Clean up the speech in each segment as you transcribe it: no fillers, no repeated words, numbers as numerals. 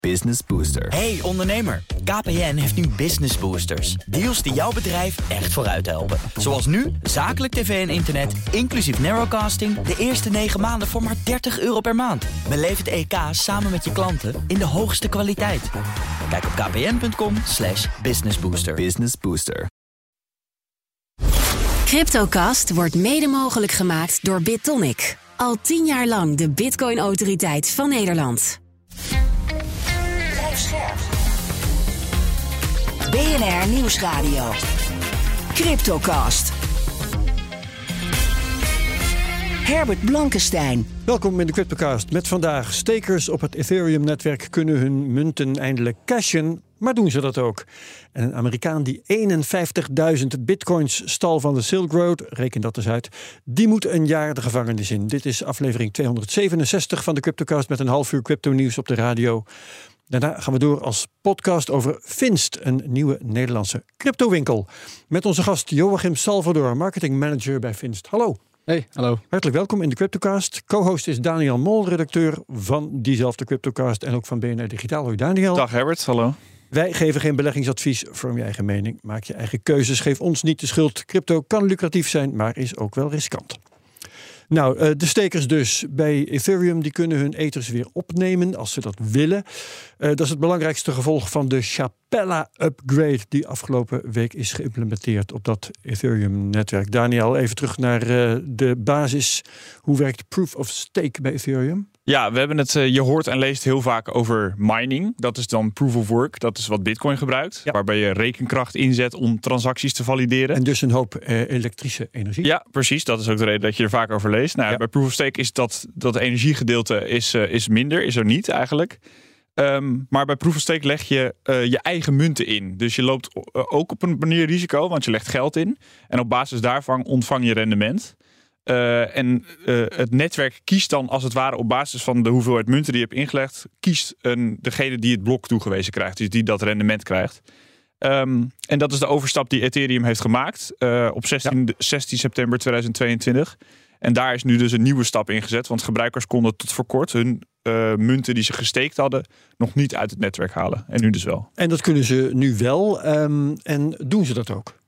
Business Booster. Hey ondernemer, KPN heeft nu Business Boosters. Deals die jouw bedrijf echt vooruit helpen. Zoals nu, zakelijk tv en internet, inclusief narrowcasting... de eerste 9 maanden voor maar €30 per maand. Beleef het EK samen met je klanten in de hoogste kwaliteit. Kijk op kpn.com/businessbooster. Business Booster. CryptoCast wordt mede mogelijk gemaakt door BitTonic. Al 10 jaar lang de Bitcoin-autoriteit van Nederland. BNR Nieuwsradio. CryptoCast. Herbert Blankenstein. Welkom in de CryptoCast met vandaag: stakers op het Ethereum-netwerk kunnen hun munten eindelijk cashen, maar doen ze dat ook? En een Amerikaan die 51.000 bitcoins stal van de Silk Road, reken dat eens uit, die moet een jaar de gevangenis in. Dit is aflevering 267 van de CryptoCast met een half uur crypto-nieuws op de radio. Daarna gaan we door als podcast over Finst, een nieuwe Nederlandse cryptowinkel. Met onze gast Joachim Salvador, marketing manager bij Finst. Hallo. Hey, hallo. Hartelijk welkom in de CryptoCast. Co-host is Daniel Mol, redacteur van diezelfde CryptoCast en ook van BNR Digitaal. Hoi Daniel. Dag Herbert, hallo. Wij geven geen beleggingsadvies, vorm je eigen mening, maak je eigen keuzes, geef ons niet de schuld. Crypto kan lucratief zijn, maar is ook wel riskant. Nou, de stakers dus bij Ethereum, die kunnen hun ethers weer opnemen als ze dat willen. Dat is het belangrijkste gevolg van de Chapella-upgrade die afgelopen week is geïmplementeerd op dat Ethereum-netwerk. Daniel, even terug naar de basis. Hoe werkt Proof of Stake bij Ethereum? Ja, we hebben het, je hoort en leest heel vaak over mining. Dat is dan proof of work. Dat is wat Bitcoin gebruikt. Ja. Waarbij je rekenkracht inzet om transacties te valideren. En dus een hoop elektrische energie. Ja, precies. Dat is ook de reden dat je er vaak over leest. Nou, ja. Bij proof of stake is dat energiegedeelte is minder. Is er niet eigenlijk. Maar bij proof of stake leg je je eigen munten in. Dus je loopt ook op een manier risico, want je legt geld in. En op basis daarvan ontvang je rendement. Het netwerk kiest dan als het ware op basis van de hoeveelheid munten die je hebt ingelegd, kiest degene die het blok toegewezen krijgt. Dus die dat rendement krijgt. En dat is de overstap die Ethereum heeft gemaakt op 16 september 2022. En daar is nu dus een nieuwe stap in gezet. Want gebruikers konden tot voor kort hun munten die ze gesteekt hadden nog niet uit het netwerk halen. En nu dus wel. En dat kunnen ze nu wel. En doen ze dat ook?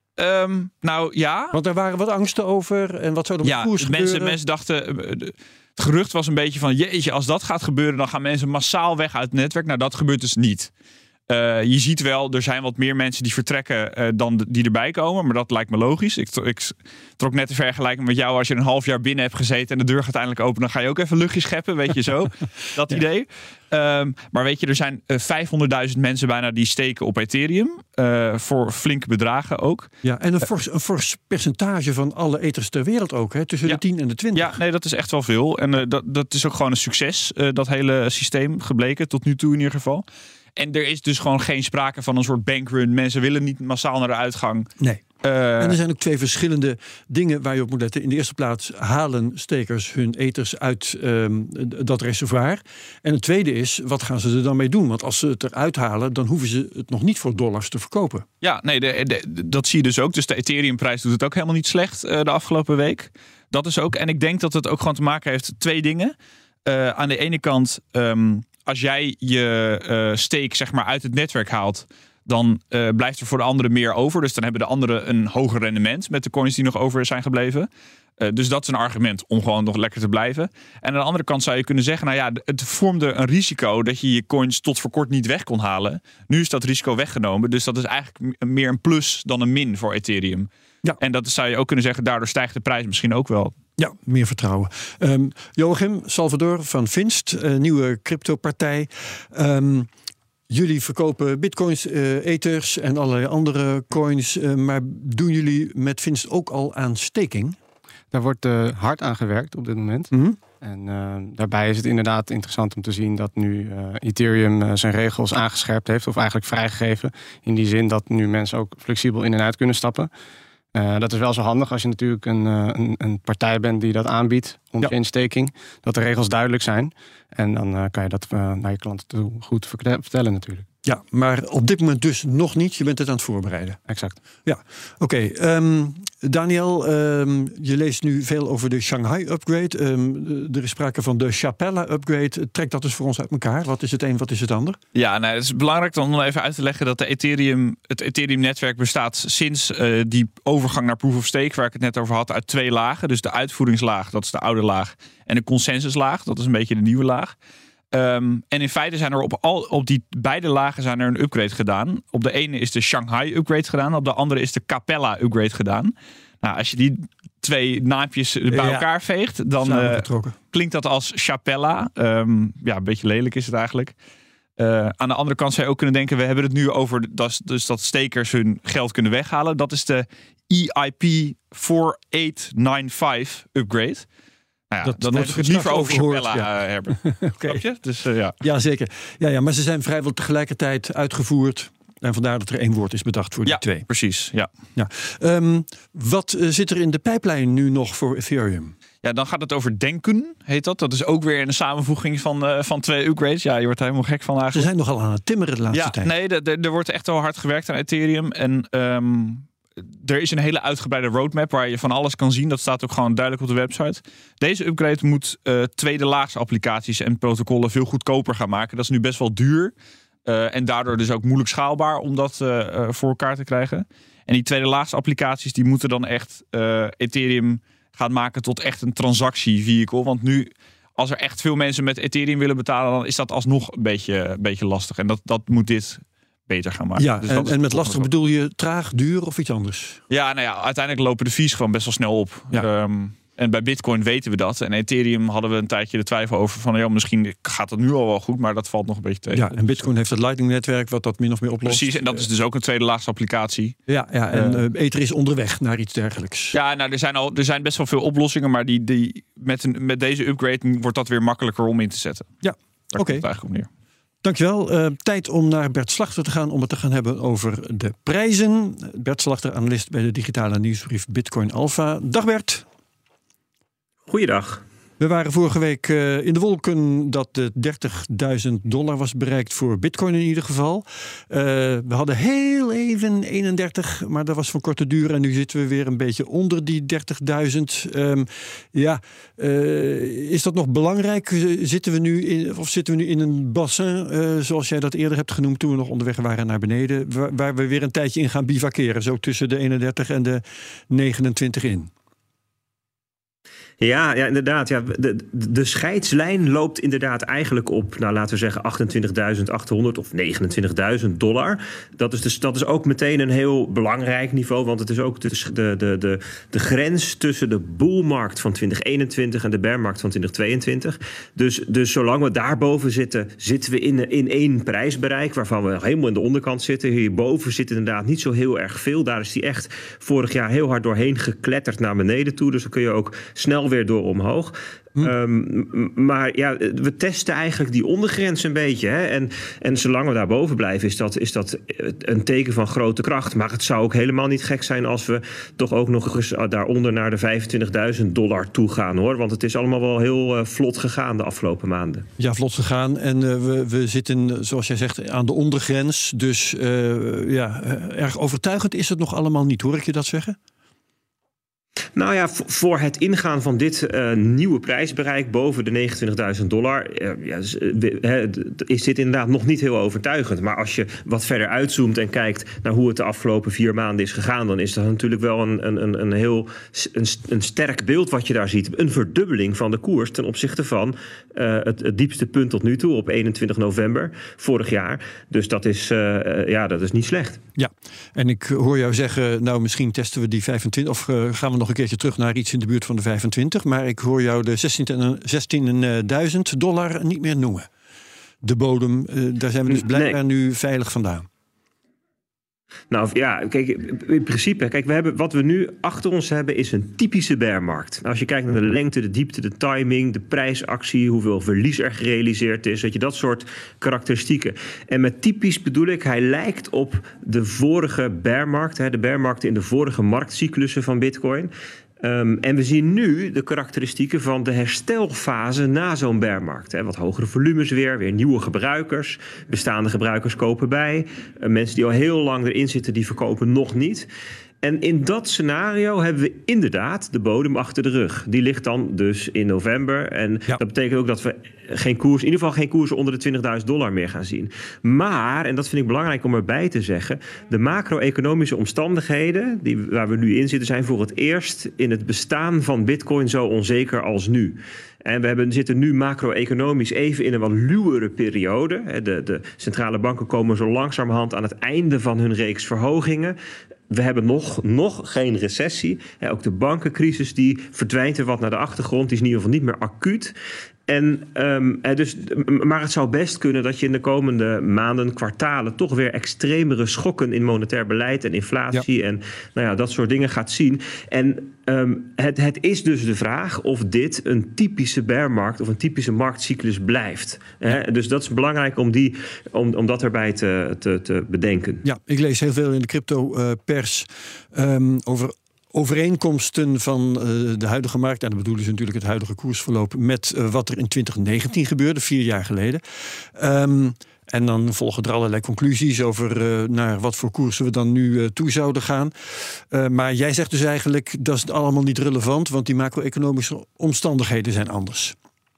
Nou ja. Want er waren wat angsten over. En wat zou er met koers gebeuren? Mensen dachten. Het gerucht was een beetje van: jeetje, als dat gaat gebeuren, dan gaan mensen massaal weg uit het netwerk. Nou, dat gebeurt dus niet. Je ziet wel, er zijn wat meer mensen die vertrekken dan die erbij komen. Maar dat lijkt me logisch. Ik trok net de vergelijking met jou. Als je een half jaar binnen hebt gezeten en de deur gaat eindelijk open, dan ga je ook even luchtjes scheppen, weet je zo. Dat idee. Maar weet je, er zijn 500.000 mensen bijna die steken op Ethereum. Voor flinke bedragen ook. Ja, en een fors percentage van alle ethers ter wereld ook. Hè? Tussen de 10 en de 20. Ja, nee, dat is echt wel veel. En dat is ook gewoon een succes. Dat hele systeem gebleken, tot nu toe in ieder geval. En er is dus gewoon geen sprake van een soort bankrun. Mensen willen niet massaal naar de uitgang. Nee. En er zijn ook twee verschillende dingen waar je op moet letten. In de eerste plaats halen stakers hun ethers uit dat reservoir. En het tweede is, wat gaan ze er dan mee doen? Want als ze het eruit halen, dan hoeven ze het nog niet voor dollars te verkopen. Ja, nee, dat zie je dus ook. Dus de Ethereum-prijs doet het ook helemaal niet slecht de afgelopen week. Dat is ook. En ik denk dat het ook gewoon te maken heeft twee dingen. Aan de ene kant, als jij je stake zeg maar uit het netwerk haalt, dan blijft er voor de anderen meer over. Dus dan hebben de anderen een hoger rendement met de coins die nog over zijn gebleven. Dus dat is een argument om gewoon nog lekker te blijven. En aan de andere kant zou je kunnen zeggen, nou ja, het vormde een risico dat je coins tot voor kort niet weg kon halen. Nu is dat risico weggenomen. Dus dat is eigenlijk meer een plus dan een min voor Ethereum. Ja. En dat zou je ook kunnen zeggen, daardoor stijgt de prijs misschien ook wel. Ja, meer vertrouwen. Joachim Salvador van Finst, nieuwe cryptopartij. Jullie verkopen bitcoins, ethers en allerlei andere coins. Maar doen jullie met Finst ook al aan staking? Daar wordt hard aan gewerkt op dit moment. Mm-hmm. En daarbij is het inderdaad interessant om te zien dat nu Ethereum zijn regels aangescherpt heeft. Of eigenlijk vrijgegeven. In die zin dat nu mensen ook flexibel in en uit kunnen stappen. Dat is wel zo handig als je natuurlijk een partij bent die dat aanbiedt, on-chain staking. Dat de regels duidelijk zijn. En dan kan je dat naar je klanten toe goed vertellen natuurlijk. Ja, maar op dit moment dus nog niet. Je bent het aan het voorbereiden. Exact. Ja, oké. Daniel, je leest nu veel over de Shanghai-upgrade. Er is sprake van de Chapella-upgrade. Trek dat eens voor ons uit elkaar. Wat is het een, wat is het ander? Ja, nou, het is belangrijk om even uit te leggen dat het Ethereum-netwerk bestaat sinds die overgang naar Proof of Stake, waar ik het net over had, uit 2 lagen. Dus de uitvoeringslaag, dat is de oude laag. En de consensuslaag, dat is een beetje de nieuwe laag. En in feite zijn er op die beide lagen zijn er een upgrade gedaan. Op de ene is de Shanghai upgrade gedaan. Op de andere is de Capella upgrade gedaan. Nou, als je die 2 naampjes bij elkaar veegt, dan klinkt dat als Chapella. Een beetje lelijk is het eigenlijk. Aan de andere kant zou je ook kunnen denken, we hebben het nu over dus dat stakers hun geld kunnen weghalen. Dat is de EIP 4895 upgrade. Nou ja, dan heb ik het liever over Chapella, Herbert. Okay. Dus, ja, zeker. Ja, maar ze zijn vrijwel tegelijkertijd uitgevoerd. En vandaar dat er 1 woord is bedacht voor die 2. Precies. Ja. Wat zit er in de pijplijn nu nog voor Ethereum? Ja, dan gaat het over Denken, heet dat. Dat is ook weer een samenvoeging van 2 upgrades. Ja, je wordt er helemaal gek van eigenlijk. Ze zijn nogal aan het timmeren de laatste tijd. Nee, er wordt echt wel hard gewerkt aan Ethereum. En er is een hele uitgebreide roadmap waar je van alles kan zien. Dat staat ook gewoon duidelijk op de website. Deze upgrade moet tweede laags applicaties en protocollen veel goedkoper gaan maken. Dat is nu best wel duur. En daardoor dus ook moeilijk schaalbaar om dat voor elkaar te krijgen. En die tweede laags applicaties die moeten dan echt Ethereum gaan maken tot echt een transactievehicle. Want nu, als er echt veel mensen met Ethereum willen betalen, dan is dat alsnog een beetje lastig. En dat moet dit beter gaan maken. Ja, dus en met lastig bedoel je traag, duur of iets anders? Ja, nou ja, uiteindelijk lopen de fees gewoon best wel snel op. Ja. En bij Bitcoin weten we dat. En Ethereum hadden we een tijdje de twijfel over van misschien gaat dat nu al wel goed, maar dat valt nog een beetje tegen. Ja, en Bitcoin heeft het Lightning-netwerk wat dat min of meer oplost. Precies, en dat is dus ook een tweede laagste applicatie. Ja, en Ether is onderweg naar iets dergelijks. Ja, nou, er zijn best wel veel oplossingen, maar die met deze upgrade wordt dat weer makkelijker om in te zetten. Ja, oké. Daar komt het eigenlijk op neer. Dankjewel. Tijd om naar Bert Slachter te gaan om het te gaan hebben over de prijzen. Bert Slachter, analist bij de digitale nieuwsbrief Bitcoin Alpha. Dag Bert. Goeiedag. We waren vorige week in de wolken dat de $30.000 was bereikt voor Bitcoin in ieder geval. We hadden heel even 31, maar dat was van korte duur. En nu zitten we weer een beetje onder die 30.000. Is dat nog belangrijk? Zitten we nu in een bassin, zoals jij dat eerder hebt genoemd, toen we nog onderweg waren naar beneden, waar we weer een tijdje in gaan bivakeren, zo tussen de 31 en de 29 in? Ja, inderdaad. Ja, de scheidslijn loopt inderdaad eigenlijk op, laten we zeggen, $28.800 of $29.000. Dat is ook meteen een heel belangrijk niveau, want het is ook de grens tussen de bullmarkt van 2021 en de bearmarkt van 2022. Dus zolang we daarboven zitten we in één prijsbereik, waarvan we helemaal in de onderkant zitten. Hierboven zit inderdaad niet zo heel erg veel. Daar is die echt vorig jaar heel hard doorheen gekletterd naar beneden toe. Dus dan kun je ook snel weer door omhoog. Maar ja, we testen eigenlijk die ondergrens een beetje. Hè? En zolang we daarboven blijven, is dat een teken van grote kracht. Maar het zou ook helemaal niet gek zijn als we toch ook nog eens daaronder naar de $25.000 toe gaan, hoor. Want het is allemaal wel heel vlot gegaan de afgelopen maanden. Ja, vlot gegaan. En we zitten, zoals jij zegt, aan de ondergrens. Dus erg overtuigend is het nog allemaal niet. Hoor ik je dat zeggen? Nou ja, voor het ingaan van dit nieuwe prijsbereik boven de $29.000 is dit inderdaad nog niet heel overtuigend. Maar als je wat verder uitzoomt en kijkt naar hoe het de afgelopen 4 maanden is gegaan, dan is dat natuurlijk wel een sterk beeld wat je daar ziet. Een verdubbeling van de koers ten opzichte van het diepste punt tot nu toe op 21 november vorig jaar. Dus dat is niet slecht. Ja, en ik hoor jou zeggen, misschien testen we die 25 of gaan we nog een keertje terug naar iets in de buurt van de 25. Maar ik hoor jou de $16.000 niet meer noemen. De bodem, daar zijn we dus blijkbaar nu veilig vandaan. Nou ja, kijk, in principe, wat we nu achter ons hebben is een typische bearmarkt. Als je kijkt naar de lengte, de diepte, de timing, de prijsactie, hoeveel verlies er gerealiseerd is, dat soort karakteristieken. En met typisch bedoel ik, hij lijkt op de vorige bearmarkt, de bearmarkten in de vorige marktcyclussen van Bitcoin. En we zien nu de karakteristieken van de herstelfase na zo'n bearmarkt. Wat hogere volumes weer nieuwe gebruikers. Bestaande gebruikers kopen bij. Mensen die al heel lang erin zitten, die verkopen nog niet. En in dat scenario hebben we inderdaad de bodem achter de rug. Die ligt dan dus in november. En dat betekent ook dat we in ieder geval geen koers onder de $20.000 meer gaan zien. Maar, en dat vind ik belangrijk om erbij te zeggen, de macro-economische omstandigheden waar we nu in zitten, zijn voor het eerst in het bestaan van Bitcoin zo onzeker als nu. En we zitten nu macro-economisch even in een wat luwere periode. De centrale banken komen zo langzamerhand aan het einde van hun reeks verhogingen. We hebben nog geen recessie. Ook de bankencrisis die verdwijnt er wat naar de achtergrond. Die is in ieder geval niet meer acuut. Maar het zou best kunnen dat je in de komende maanden, kwartalen, toch weer extremere schokken in monetair beleid en inflatie en dat soort dingen gaat zien. En het is dus de vraag of dit een typische bearmarkt of een typische marktcyclus blijft. Dus dat is belangrijk om dat erbij te bedenken. Ja, ik lees heel veel in de crypto-pers over overeenkomsten van de huidige markt, en dat bedoelen ze natuurlijk het huidige koersverloop, met wat er in 2019 gebeurde, 4 jaar geleden. En dan volgen er allerlei conclusies over naar wat voor koersen we dan nu toe zouden gaan. Maar jij zegt dus eigenlijk, dat is allemaal niet relevant, want die macro-economische omstandigheden zijn anders.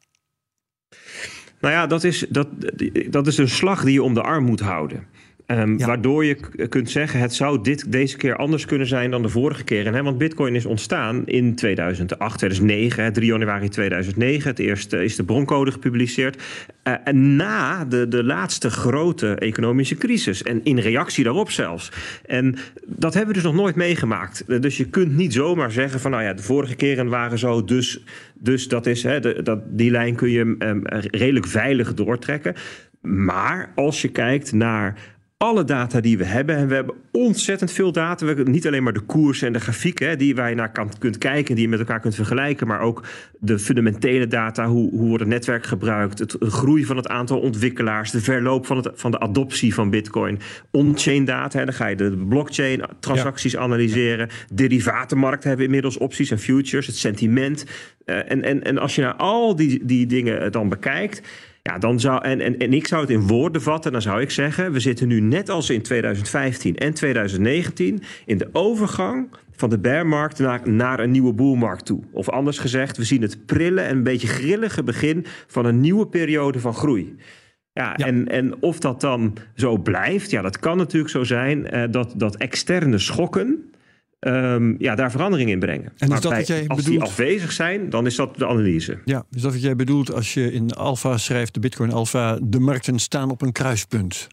Nou ja, dat is een slag die je om de arm moet houden. Waardoor je kunt zeggen, het zou deze keer anders kunnen zijn dan de vorige keren. Want Bitcoin is ontstaan in 2009, 3 januari 2009. Het eerste is de broncode gepubliceerd. Na de laatste grote economische crisis. En in reactie daarop zelfs. En dat hebben we dus nog nooit meegemaakt. Dus je kunt niet zomaar zeggen van, de vorige keren waren zo, dus dat is, die lijn kun je redelijk veilig doortrekken. Maar als je kijkt naar alle data die we hebben, en we hebben ontzettend veel data. We hebben niet alleen maar de koersen en de grafieken waar je naar kunt kijken, die je met elkaar kunt vergelijken, maar ook de fundamentele data. Hoe wordt het netwerk gebruikt? Het groei van het aantal ontwikkelaars, de verloop van de adoptie van Bitcoin. On-chain data, dan ga je de blockchain transacties analyseren. Derivatenmarkt hebben we inmiddels opties en futures, het sentiment. En als je naar al die dingen dan bekijkt, dan en ik zou het in woorden vatten, dan zou ik zeggen, we zitten nu net als in 2015 en 2019 in de overgang van de bearmarkt naar een nieuwe bullmarkt toe. Of anders gezegd, we zien het prille en een beetje grillige begin van een nieuwe periode van groei. En of dat dan zo blijft, dat kan natuurlijk zo zijn dat externe schokken daar verandering in brengen. En maar als die afwezig zijn, dan is dat de analyse. Ja, is dat wat jij bedoelt als je in Alpha schrijft, de Bitcoin Alpha, de markten staan op een kruispunt?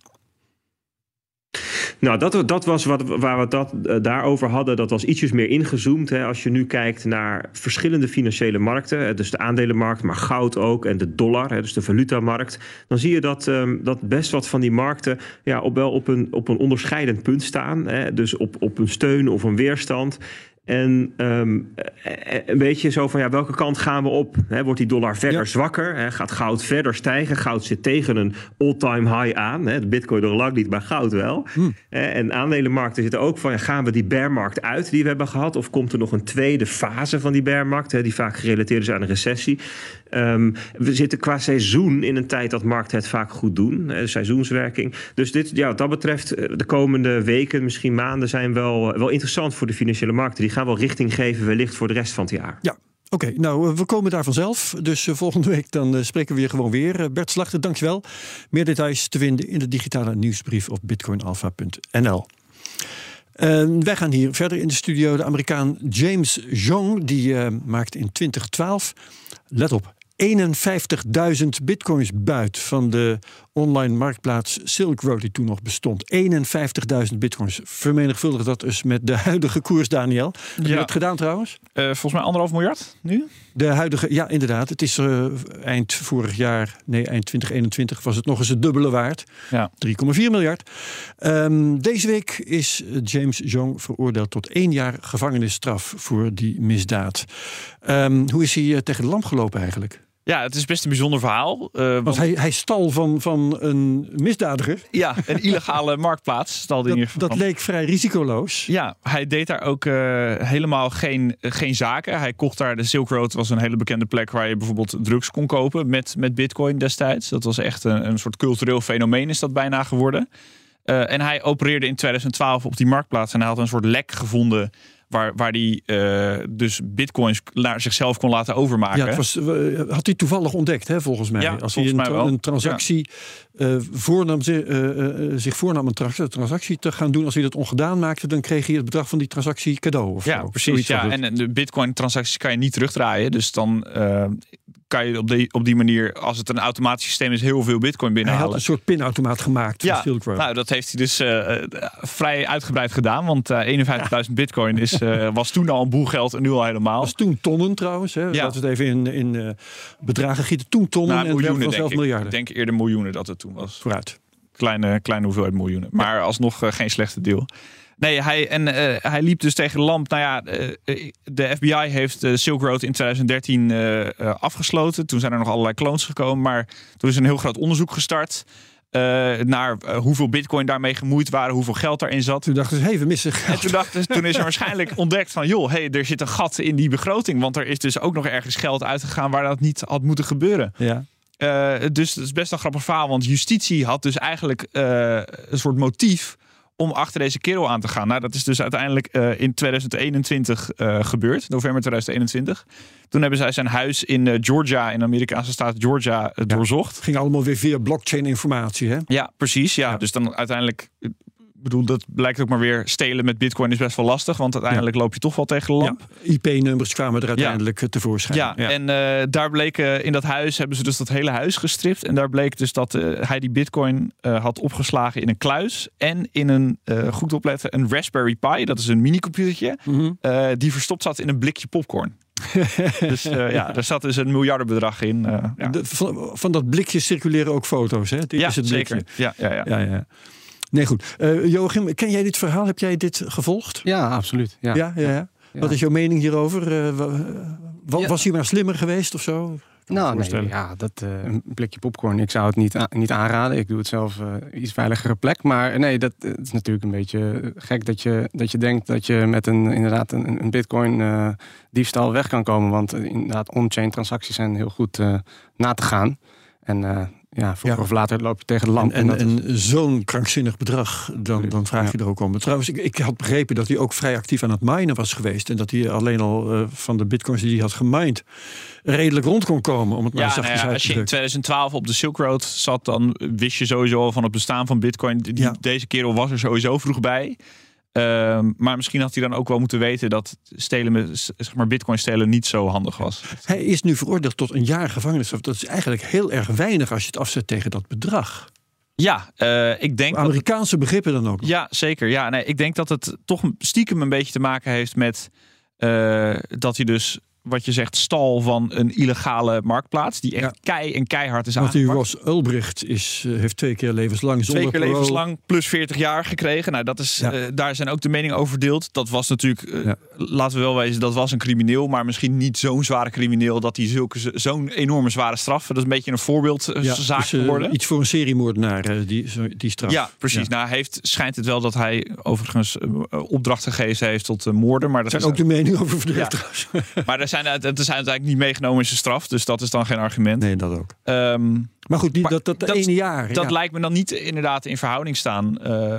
Nou, dat was waar we daarover hadden. Dat was ietsjes meer ingezoomd. Als je nu kijkt naar verschillende financiële markten, dus de aandelenmarkt, maar goud ook, en de dollar, dus de valutamarkt, dan zie je dat best wat van die markten op een onderscheidend punt staan. Dus op een steun of een weerstand. En een beetje zo van, welke kant gaan we op? Wordt die dollar verder zwakker? Gaat goud verder stijgen? Goud zit tegen een all-time high aan. De Bitcoin nog lang niet, maar goud wel. En aandelenmarkten zitten ook van, gaan we die bearmarkt uit die we hebben gehad? Of komt er nog een tweede fase van die bearmarkt, die vaak gerelateerd is aan een recessie? We zitten qua seizoen in een tijd dat markten het vaak goed doen. Seizoenswerking. Dus wat dat betreft, de komende weken, misschien maanden, zijn wel interessant voor de financiële markten. Die gaan wel richting geven wellicht voor de rest van het jaar. Ja. Oké, we komen daar vanzelf. Dus volgende week dan spreken we hier gewoon weer. Bert Slachter, dankjewel. Meer details te vinden in de digitale nieuwsbrief op bitcoinalpha.nl. Wij gaan hier verder in de studio. De Amerikaan James Jong, die maakt in 2012, let op, 51.000 bitcoins buit van de online marktplaats Silk Road die toen nog bestond. 51.000 bitcoins. Vermenigvuldig dat dus met de huidige koers, Daniel. Heb je dat gedaan trouwens? Volgens mij 1,5 miljard nu. De huidige, ja inderdaad. Het is eind 2021 was het nog eens het dubbele waard. 3,4 miljard. Deze week is James Jong veroordeeld tot 1 jaar gevangenisstraf voor die misdaad. Hoe is hij tegen de lamp gelopen eigenlijk? Ja, het is best een bijzonder verhaal. Want hij stal van een misdadiger. Ja, een illegale marktplaats stal in ieder geval. Dat leek vrij risicoloos. Ja, hij deed daar ook helemaal geen zaken. Hij kocht daar, de Silk Road was een hele bekende plek waar je bijvoorbeeld drugs kon kopen met Bitcoin destijds. Dat was echt een soort cultureel fenomeen is dat bijna geworden. En hij opereerde in 2012 op die marktplaats en hij had een soort lek gevonden waar hij dus bitcoins naar zichzelf kon laten overmaken. Ja, had hij toevallig ontdekt, hè, volgens mij. Ja, als hij een transactie zich voornam een transactie te gaan doen, als hij dat ongedaan maakte, dan kreeg hij het bedrag van die transactie cadeau. Of ja, zo. Precies. Ja. En de bitcoin-transacties kan je niet terugdraaien. Dus dan kan je op die manier, als het een automatisch systeem is, heel veel bitcoin binnenhalen. Hij had een soort pinautomaat gemaakt van Silk Road. Nou, dat heeft hij dus vrij uitgebreid gedaan. Want 51.000 bitcoin was toen al een boel geld en nu al helemaal. Was toen tonnen trouwens. Hè? Ja. Laten we het even in bedragen gieten. Toen tonnen en miljoenen, wel zelf miljarden. Ik denk eerder miljoenen dat het toen was. Vooruit. Kleine hoeveelheid miljoenen. Maar alsnog geen slechte deal. Nee, hij liep dus tegen de lamp. Nou ja, de FBI heeft Silk Road in 2013 afgesloten. Toen zijn er nog allerlei clones gekomen. Maar toen is een heel groot onderzoek gestart naar hoeveel bitcoin daarmee gemoeid waren, hoeveel geld daarin zat. Toen dachten ze, we missen geld. En toen is er waarschijnlijk ontdekt van, er zit een gat in die begroting. Want er is dus ook nog ergens geld uitgegaan waar dat niet had moeten gebeuren. Ja. Dus het is best een grappig verhaal. Want justitie had dus eigenlijk een soort motief om achter deze kerel aan te gaan. Nou, dat is dus uiteindelijk in 2021 gebeurd. November 2021. Toen hebben zij zijn huis in Georgia, in de Amerikaanse staat Georgia, doorzocht. Het ging allemaal weer via blockchain informatie, hè? Ja, precies. Ja. Dus dan uiteindelijk, dat blijkt ook maar weer, stelen met bitcoin is best wel lastig. Want uiteindelijk loop je toch wel tegen de lamp. Ja, IP-nummers kwamen er uiteindelijk tevoorschijn. Ja. En daar bleek in dat huis, hebben ze dus dat hele huis gestript. En daar bleek dus dat hij die bitcoin had opgeslagen in een kluis. En in een, goed opletten, een Raspberry Pi. Dat is een minicomputertje. Die verstopt zat in een blikje popcorn. Dus daar zat dus een miljardenbedrag in. Van dat blikje circuleren ook foto's, hè? Dit is het blikje. Zeker. Ja. Nee, goed. Joachim, ken jij dit verhaal? Heb jij dit gevolgd? Ja, absoluut. Ja. Wat is jouw mening hierover? Was hij maar slimmer geweest of zo? Een blikje popcorn. Ik zou het niet aanraden. Ik doe het zelf iets veiligere plek. Maar nee, het is natuurlijk een beetje gek dat je denkt dat je met een bitcoin diefstal weg kan komen. Want inderdaad, on-chain transacties zijn heel goed na te gaan. En vroeger of later loop je tegen de lamp. En zo'n krankzinnig bedrag, dan vraag je er ook om. Trouwens, ik had begrepen dat hij ook vrij actief aan het minen was geweest. En dat hij alleen al van de bitcoins die hij had gemined redelijk rond kon komen. Om het maar zachtjes uit te drukken. Als je in 2012 op de Silk Road zat, dan wist je sowieso al van het bestaan van bitcoin. Deze kerel was er sowieso vroeg bij. Maar misschien had hij dan ook wel moeten weten dat bitcoin stelen niet zo handig was. Hij is nu veroordeeld tot een jaar gevangenisstraf. Dat is eigenlijk heel erg weinig als je het afzet tegen dat bedrag. Ja, ik denk Amerikaanse begrippen dan ook. Ja, zeker. Ja, nee, ik denk dat het toch stiekem een beetje te maken heeft met dat hij dus, wat je zegt, stal van een illegale marktplaats die echt keihard is aangepakt. Want die Ross Ulbricht heeft 2 keer levenslang zonder 2 keer levenslang plus 40 jaar gekregen. Nou, dat is, daar zijn ook de meningen over verdeeld. Dat was natuurlijk, laten we wel wezen, dat was een crimineel, maar misschien niet zo'n zware crimineel dat hij zo'n enorme zware straf. Dat is een beetje een voorbeeldzaak geworden. Iets voor een seriemoordenaar, die straf. Ja, precies. Ja. Nou, schijnt het wel dat hij overigens opdracht gegeven heeft tot moorden. Maar dat zijn ook de mening over verdeeld. Ja. Maar het is uiteindelijk niet meegenomen in zijn straf. Dus dat is dan geen argument. Nee, dat ook. Maar goed, dat ene jaar. Dat lijkt me dan niet inderdaad in verhouding staan.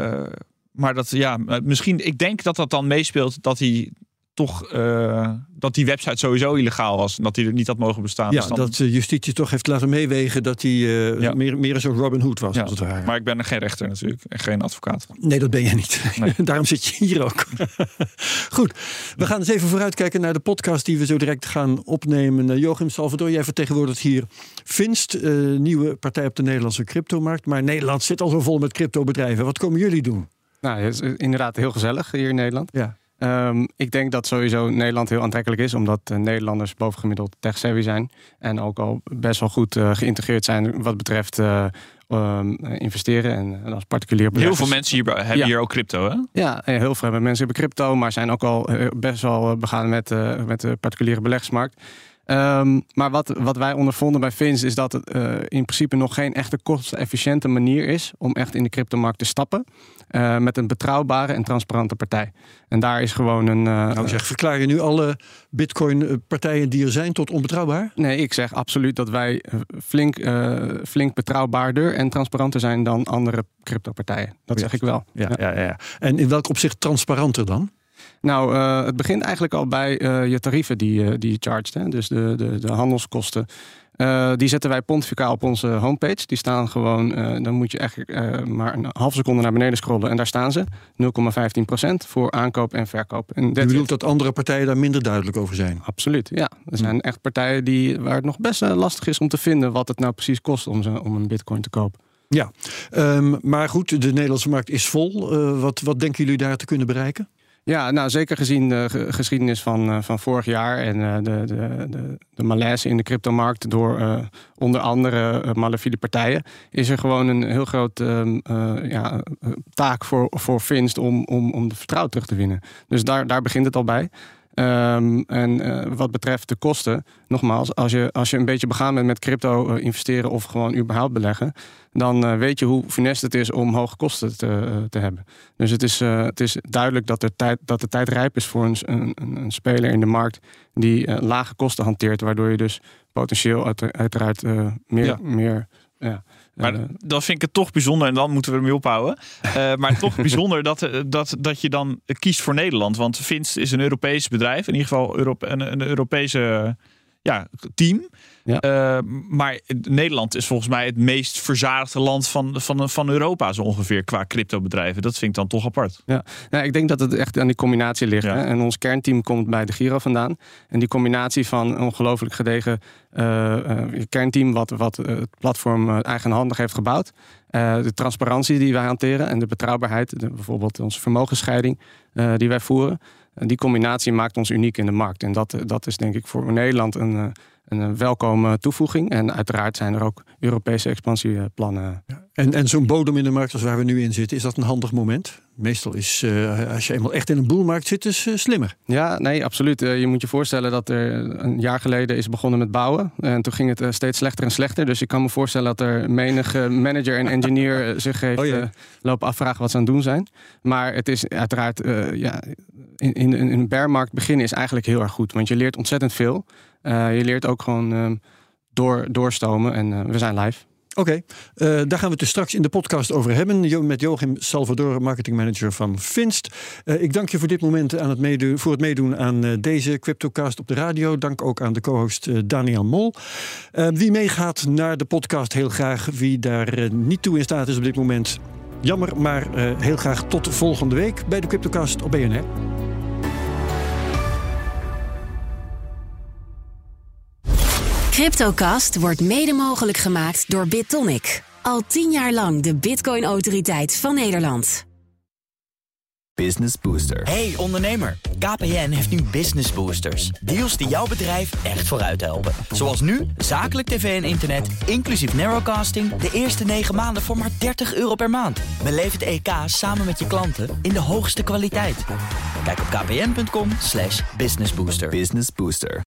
Maar misschien, ik denk dat dan meespeelt dat hij toch dat die website sowieso illegaal was. En dat hij er niet had mogen bestaan. Ja, dus dat justitie toch heeft laten meewegen dat hij meer zo'n Robin Hood was. Ja, als het ware. Maar ik ben geen rechter natuurlijk. En geen advocaat. Nee, dat ben je niet. Nee. Daarom zit je hier ook. Goed, we gaan eens even vooruitkijken naar de podcast die we zo direct gaan opnemen. Joachim Salvador, jij vertegenwoordigt hier Finst, nieuwe partij op de Nederlandse cryptomarkt. Maar Nederland zit al zo vol met cryptobedrijven. Wat komen jullie doen? Nou, het is inderdaad heel gezellig hier in Nederland. Ja. Ik denk dat sowieso Nederland heel aantrekkelijk is, omdat Nederlanders bovengemiddeld tech-savvy zijn en ook al best wel goed geïntegreerd zijn wat betreft investeren en als particulier beleggers. Heel veel mensen hebben hier ook crypto, hè? Ja, heel veel mensen hebben crypto, maar zijn ook al best wel begaan met de particuliere beleggersmarkt. Maar wat wij ondervonden bij Fins is dat het in principe nog geen echte kostenefficiënte manier is om echt in de cryptomarkt te stappen. Met een betrouwbare en transparante partij. En daar is gewoon een... verklaar je nu alle Bitcoin-partijen die er zijn tot onbetrouwbaar? Nee, ik zeg absoluut dat wij flink betrouwbaarder en transparanter zijn dan andere crypto-partijen. Dat zeg ik wel. Ja. En in welk opzicht transparanter dan? Nou, het begint eigenlijk al bij je tarieven die je chargt. Hè? Dus de handelskosten. Die zetten wij pontificaal op onze homepage. Die staan gewoon, dan moet je eigenlijk maar een half seconde naar beneden scrollen. En daar staan ze. 0,15% voor aankoop en verkoop. En je bedoelt dat andere partijen daar minder duidelijk over zijn? Absoluut, ja. Er zijn echt partijen waar het nog best lastig is om te vinden wat het nou precies kost om een bitcoin te kopen. Ja, maar goed, de Nederlandse markt is vol. Wat denken jullie daar te kunnen bereiken? Ja, nou zeker gezien de geschiedenis van vorig jaar en de malaise in de cryptomarkt door onder andere malafide partijen, is er gewoon een heel groot taak voor Finst om de vertrouwen terug te winnen. Dus daar begint het al bij. Wat betreft de kosten, nogmaals, als je een beetje begaan bent met crypto investeren of gewoon überhaupt beleggen, dan weet je hoe funest het is om hoge kosten te hebben. Dus het is duidelijk dat de tijd rijp is voor een speler in de markt die lage kosten hanteert, waardoor je dus potentieel uiteraard meer maar dan vind ik het toch bijzonder, en dan moeten we ermee ophouden. Maar toch bijzonder dat je dan kiest voor Nederland. Want Finst is een Europees bedrijf, in ieder geval een Europese team. Ja. Maar Nederland is volgens mij het meest verzadigde land van Europa, zo ongeveer, qua cryptobedrijven. Dat vind ik dan toch apart. Ja. Nou, ik denk dat het echt aan die combinatie ligt. Ja. Hè? En ons kernteam komt bij de Giro vandaan. En die combinatie van ongelooflijk gedegen kernteam wat het platform eigenhandig heeft gebouwd. De transparantie die wij hanteren en de betrouwbaarheid, bijvoorbeeld onze vermogensscheiding die wij voeren. Die combinatie maakt ons uniek in de markt. En dat is denk ik voor Nederland een welkome toevoeging. En uiteraard zijn er ook Europese expansieplannen. Ja. En zo'n bodem in de markt als waar we nu in zitten, is dat een handig moment? Meestal is, als je eenmaal echt in een boelmarkt zit, is slimmer. Ja, nee, absoluut. Je moet je voorstellen dat er een jaar geleden is begonnen met bouwen. En toen ging het steeds slechter en slechter. Dus ik kan me voorstellen dat er menige manager en engineer zich heeft lopen afvragen wat ze aan het doen zijn. Maar het is uiteraard, in een bearmarkt beginnen is eigenlijk heel erg goed. Want je leert ontzettend veel. Je leert ook gewoon doorstomen en we zijn live. Oké, daar gaan we het dus straks in de podcast over hebben. Met Joachim Salvador, marketingmanager van Finst. Ik dank je voor dit moment voor het meedoen aan deze CryptoCast op de radio. Dank ook aan de co-host Daniel Mol. Wie meegaat naar de podcast, heel graag. Wie daar niet toe in staat is op dit moment, jammer. Maar heel graag tot volgende week bij de CryptoCast op BNR. CryptoCast wordt mede mogelijk gemaakt door BitTonic. Al 10 jaar lang de Bitcoin-autoriteit van Nederland. Business Booster. Hey ondernemer, KPN heeft nu Business Boosters. Deals die jouw bedrijf echt vooruit helpen. Zoals nu, zakelijk tv en internet, inclusief narrowcasting, de eerste 9 maanden voor maar €30 per maand. Beleef het EK samen met je klanten in de hoogste kwaliteit. Kijk op kpn.com/businessbooster. Business Booster.